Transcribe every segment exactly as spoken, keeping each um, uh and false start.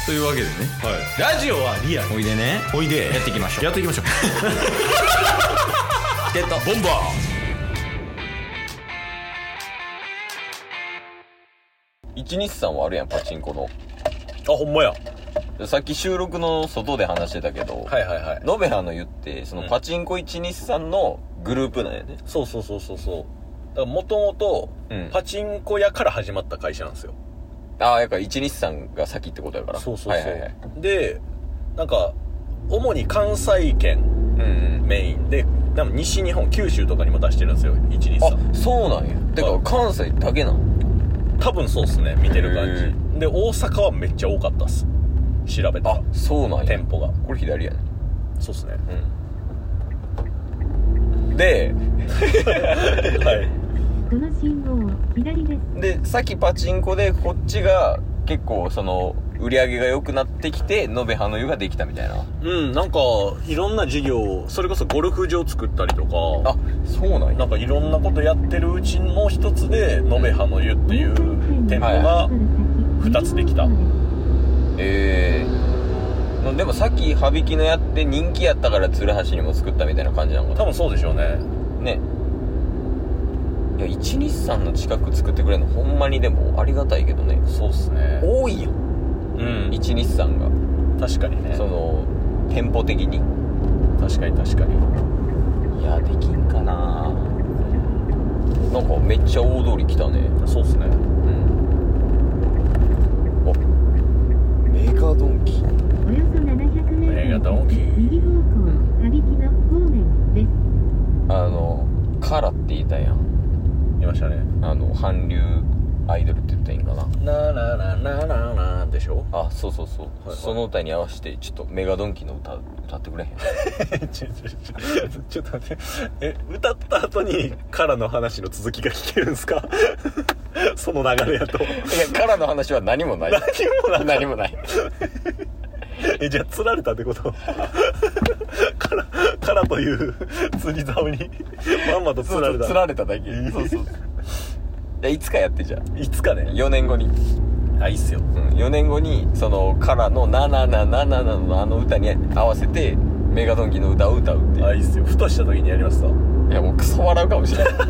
というわけでね、 はい、ラジオはリアル。 おいでね、 おいでやっていきましょう。 やっていきましょうチケットボンバー。 一日さんはあるやん、パチンコの。 あ、ほんまや。 さっき収録の外で話してたけど、 はいはいはい。 ノベハの言ってそのパチンコ一日さんのグループなんやね、 うん、そうそうそうそうそう。だからもともとパチンコ屋から始まった会社なんですよ。 ああ、やっぱ一日さんが先ってことやから。 そうそうそう、 はいはいはい、 でなんか主に関西圏メインで、うんうん、でも西日本九州とかにも出してるんですよ、一日さん。 あ、そうなんや。てか関西だけなん？ 多分そうっすね、見てる感じで。大阪はめっちゃ多かったっす、調べたら。あ、 そうなんや。 店舗がこれ左やね。 そうっすね、 うん、ではい、 この信号左です。 でさっきパチンコでこっちが結構その売り上げが良くなってきてノベハの湯ができたみたいな。 うん、なんかいろんな事業、それこそゴルフ場作ったりとか、 あ、そうなんや。 なんかいろんなことやってるうちの一つでノベハの湯っていう店舗がふたつできた。 えー、でもさっき羽曳野やって人気やったから鶴橋にも作ったみたいな感じなのかな。 多分そうでしょうね。 ね。いや、一日さんの近く作ってくれるのほんまにでもありがたいけどね。 そうっすね。 多いやん。うん。一日さんが確かにね、 その店舗的に。 確かに確かに。 いや、できんかな。なんかめっちゃ大通り来たね。 そうっすね。うん。 お、メガドンキ。 およそななひゃくメートルメガドンキ右方向羽曳野方面です。 あのカラって言いたいやん。 いましたね。 あの韓流アイドルって言ったらいいんかな。 ななななななでしょ。 あ、そうそうそう、 はいはい、 その歌に合わせてちょっとメガドンキの歌歌ってくれへん？ ちょちょちょちょっと待って、え、歌った後にカラの話の続きが聞けるんすか？その流れやと。いや、 カラの話は何もない。 何もない。 何もない。 え、じゃあ釣られたってこと？カラカラという釣り竿にまんまと釣られた。 釣られただけ。そうそう。いや、いつかやって。じゃあいつかね。 よねんごに。 あ、いいっすよ、 うん、よねんごにそのカラのななななななのあの歌に合わせてメガドンキの歌を歌うっていう。 あ、いいっすよ。ふとした時にやりますわ。いや、もうクソ笑うかもしれない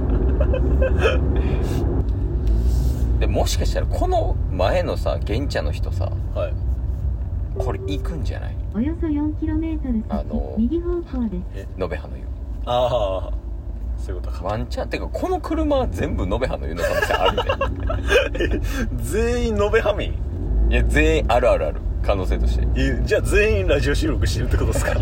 でもしかしたらこの前のさ玄茶の人さ、 はい、 これ行くんじゃない？ およそ よんキロメートル 先、あのー、右方向です。 ノベハの湯。 ああ、そういうことか。 ワンチャンってかこの車は全部ノベハの湯の可能性あるね全員ノベハミン？ いや、全員あるあるある可能性として。 え、じゃあ全員ラジオ収録してるってことですか？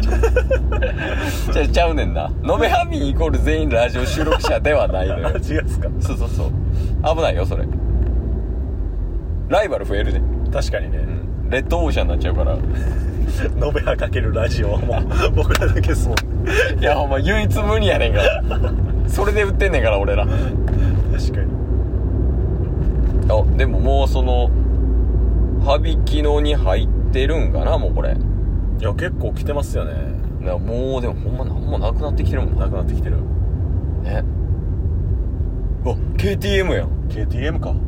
じゃあちゃうねんな。ノベハミンイコール全員ラジオ収録者ではないのよ。 違うんすか？ そうそうそう、危ないよそれ。ライバル増えるね。 確かにね、うん、 レッドオーシャンになっちゃうからノベハかけるラジオはもう僕らだけですもん。 いや、ほんま唯一無二やねんからそれで売ってんねんから俺ら。確かに。 あ、でももうその羽曳野に入ってるんかな、もうこれ。 いや、結構来てますよね。 もうでもほんまなんもなくなってきてるもん。 なくなってきてるね。あ、ケーティーエム やん。 ケーティーエム か。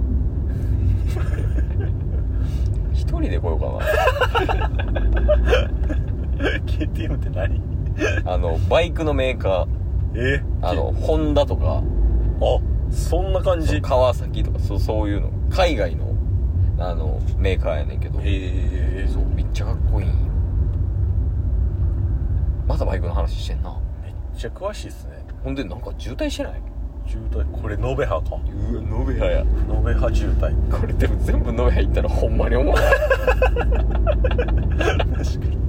一人で来ようかなケーティーエム って何？ あのバイクのメーカー。 えあのホンダとか、 あ、そんな感じ。 川崎とか、そう、そういうの海外のあのメーカーやねんけど、 へえ、 そう、めっちゃかっこいいんよ。まだバイクの話してんな。 めっちゃ詳しいっすね。 ほんでなんか渋滞してない？ 渋滞、これノベハか。 うわ、ノベハや。 ノベハ渋滞。 これでも全部ノベハ行ったらほんまに思うない確かに。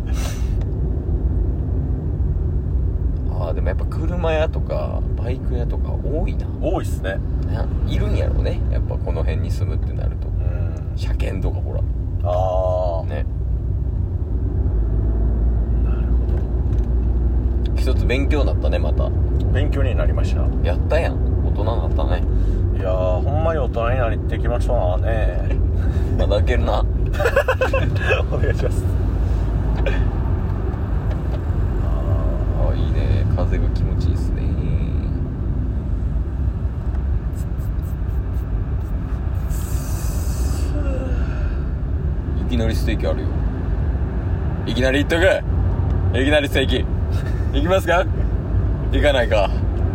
ああ、でもやっぱ車屋とかバイク屋とか多いな。 多いっすね。 いるんやろうね、やっぱこの辺に住むってなると。うん、車検とかほら。 ああね。 なるほど。一つ勉強になったね。また勉強になりました。 やったやん、大人になったね。 いやー、ほんまに大人になってきましたなね。 まだいけるなお願いします。 ああ、いいね、風が気持ちいいっすね。いきなりステーキあるよ。いきなり行っとく。いきなりステーキ行きますか？行かないか。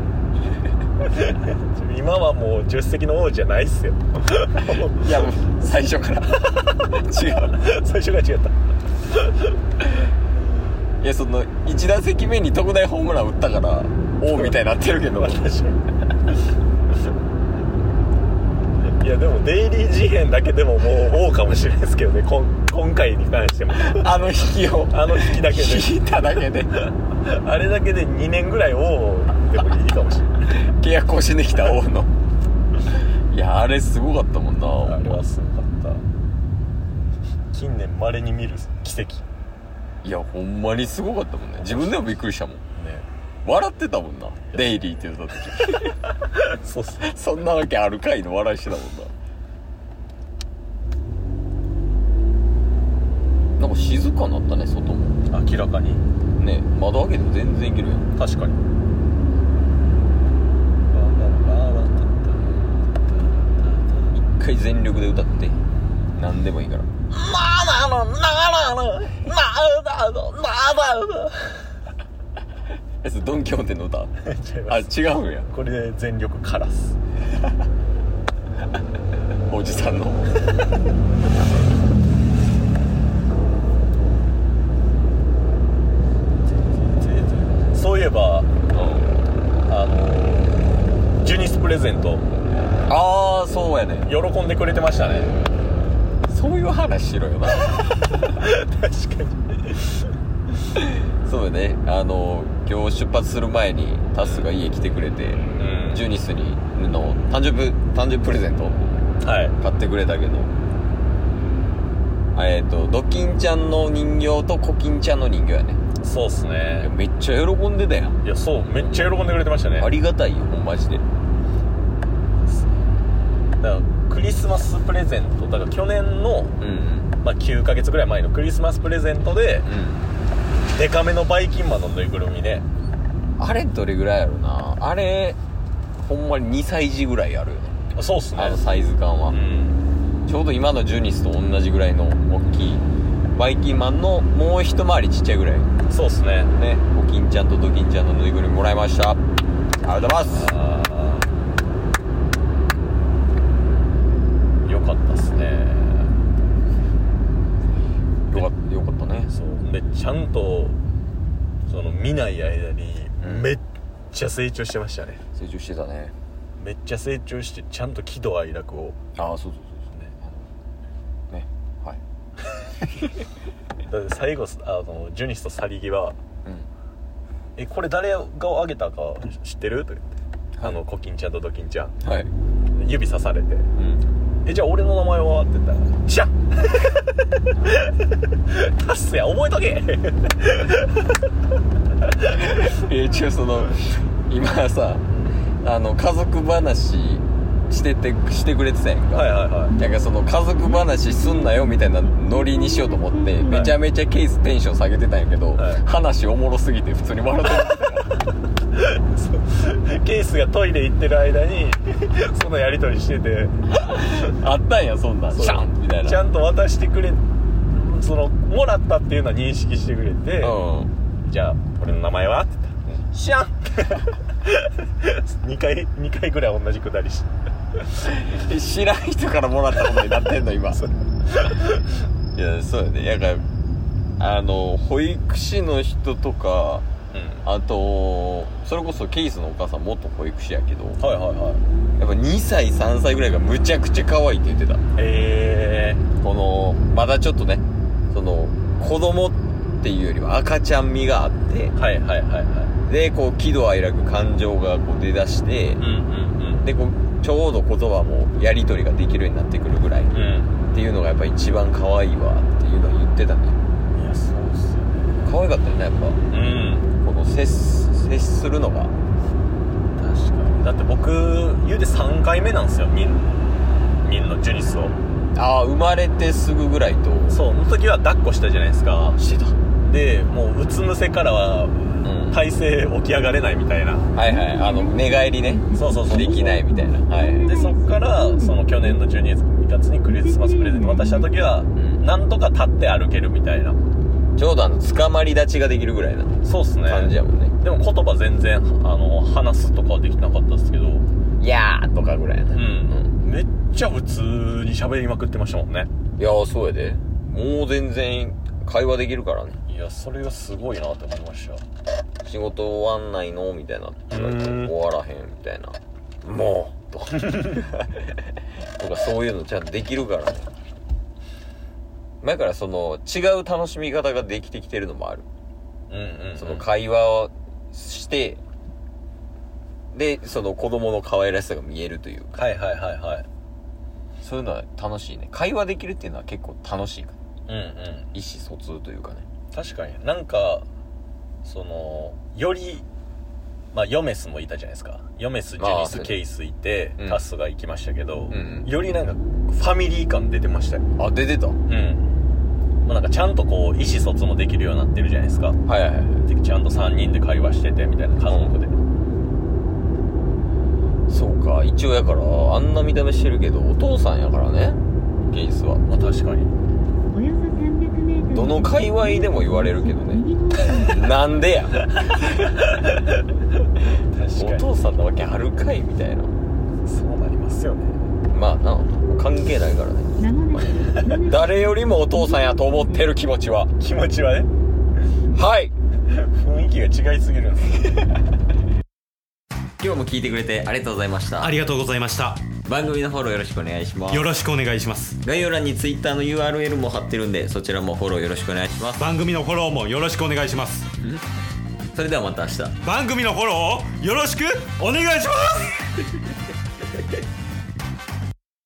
今はもう助手席の王子じゃないっすよ。 いやもう最初から違う、 最初から違った。 いやそのいち打席目に特大ホームラン打ったから王みたいになってるけど確かに。いやでもデイリー事変だけでももう王かもしれないですけどね、こん今回に関してもあの引きをあの引きだけで引いただけであれだけでにねんぐらい王でもいいかもしれない。 契約更新できた王のいやあれすごかったもんな。 あれはすごかった。近年稀に見る奇跡。 いやほんまにすごかったもんね。自分でもびっくりしたもんね。笑ってたもんな、デイリーって言った時そうっすそんなわけあるかいの笑いしてたもんな。なんか静かになったね外も。 明らかにね、窓開けても全然いけるやん。 確かに。 一回全力で歌って何でもいいから。ななのななのななのななのえ、それドン・キホーテの歌？あ、違うんや。 これで全力カラスおじさんのそういえば、うん、あのジュニスプレゼント、 ああそうやね、 喜んでくれてましたね。 そういう話しろよな確かにそうやね、あの今日出発する前にタスが家来てくれて、うん、ジュニスにの誕生日誕生日プレゼント買ってくれたけど、はい、えっとドキンちゃんの人形とコキンちゃんの人形やね。 そうっすね。 めっちゃ喜んでたやん。 いやそう、めっちゃ喜んでくれてましたね。 ありがたいよほんまジで。 だからクリスマスプレゼントだから去年の、うんうんまあ、きゅうかげつぐらい前のクリスマスプレゼントで、うん、デカめのバイキンマンのぬいぐるみね。 あれどれぐらいやろな。あれほんまににさい児ぐらいあるよね。 そうっすね、 あのサイズ感は、うん、ちょうど今のジュニスと同じぐらいの大きいバイキンマンのもう一回りちっちゃいぐらい。 そうっすね。 ね、コキンちゃんとドキンちゃんのぬいぐるみもらいました。ありがとうございます。あよかったっすね。 よかったよかったね。 そうでちゃんとその見ない間にめっちゃ成長してましたね、 うん、成長してたね。 めっちゃ成長してちゃんと喜怒哀楽を。 ああそうそうそうねねはいだって最後あのジュニスと去り際、うん、えこれ誰があげたか知ってると言って、はい、あのコキンちゃんとドキンちゃん、はい、指さされて、うん、えじゃあ俺の名前はって言ったらじゃんタッスや覚えとけえ一応その今さあの家族話しててしてくれてたやんか。はいはいはい。なんかその家族話すんなよみたいなノリにしようと思って、はい、めちゃめちゃケーステンション下げてたんやけど、はい、話おもろすぎて普通に笑ってたケースがトイレ行ってる間にそのやり取りしててあったんやそんなんシャンみたいな。 ちゃんと渡してくれ、そのもらったっていうのは認識してくれて、うん、じゃあ俺の名前はって言ったら、うん、シャンにかいにかいぐらい同じくだりして知らん人からもらったことになってんの今いやそうやね。やからあの保育士の人とか、うん、あとそれこそケイスのお母さん元保育士やけど、はいはいはい、やっぱにさいさんさいぐらいがむちゃくちゃ可愛いって言ってた。へえ。このまだちょっとねその子供っていうよりは赤ちゃん味があって、はいはいはいはい、でこう喜怒哀楽感情がこう出だして、うんうんうん、でこうちょうど言葉もやり取りができるようになってくるぐらい、うん、っていうのがやっぱ一番可愛いわっていうのは言ってたね。 いやそうっすよね。 可愛かったよねやっぱ、うん、この接接するのが。 確かに。だって僕言うてさんかいめなんですよ、ミンミンのジュニスを。 ああ生まれてすぐぐらいと。 そうの時は抱っこしたじゃないですか。 してた。 でもううつむせからはうん、体勢起き上がれないみたいな、 はいはい、あの寝返りね、 そうそうそうできないみたいな、はい、 でそっからその去年のじゅうにがつにクリスマスプレゼント渡した時は、うん、なんとか立って歩けるみたいな、 ちょうどあの捕まり立ちができるぐらいなそうっすね感じやもんね。 でも言葉全然あの話すとかはできなかったですけど、 いやーとかぐらいやな、うん、 うん、めっちゃ普通に喋りまくってましたもんね。 いやーそうやで、もう全然会話できるからね。 いやそれがすごいなって思いました。 仕事終わんないのみたいなって言われて終わらへんみたいな、もうとかとかそういうのちゃんとできるからね。だからその違う楽しみ方ができてきてるのもある、うんうんうん、その会話をしてでその子供の可愛らしさが見えるというか、 はいはいはいはい、 そういうのは楽しいね。会話できるっていうのは結構楽しいから、うんうん、意思疎通というかね。 確かになんかそのよりまあヨメスもいたじゃないですか。ヨメス、ジュニス、ケイスいて、うん、タスが行きましたけど、うんうん、よりなんかファミリー感出てましたよ。 あ、出てた。うん。 まあ、なんかちゃんとこう意思疎通もできるようになってるじゃないですか。はいはいはい。でちゃんとさんにんで会話しててみたいな家族で。うん、 そうか。一応やからあんな見た目してるけどお父さんやからね。ケイスは。 まあ確かに。 どの界隈でも言われるけどね。なんでや。お父さんなわけあるかいみたいな。 そうなりますよね。 まあな、関係ないからね。誰よりもお父さんやと思ってる気持ちは気持ちはね、 はい雰囲気が違いすぎるんです今日も聞いてくれてありがとうございました。 ありがとうございました。 番組のフォローよろしくお願いします。 よろしくお願いします。 概要欄に Twitter の ユーアールエル も貼ってるんでそちらもフォローよろしくお願いします。 番組のフォローもよろしくお願いします。 それではまた明日番組のフォローをよろしくお願いします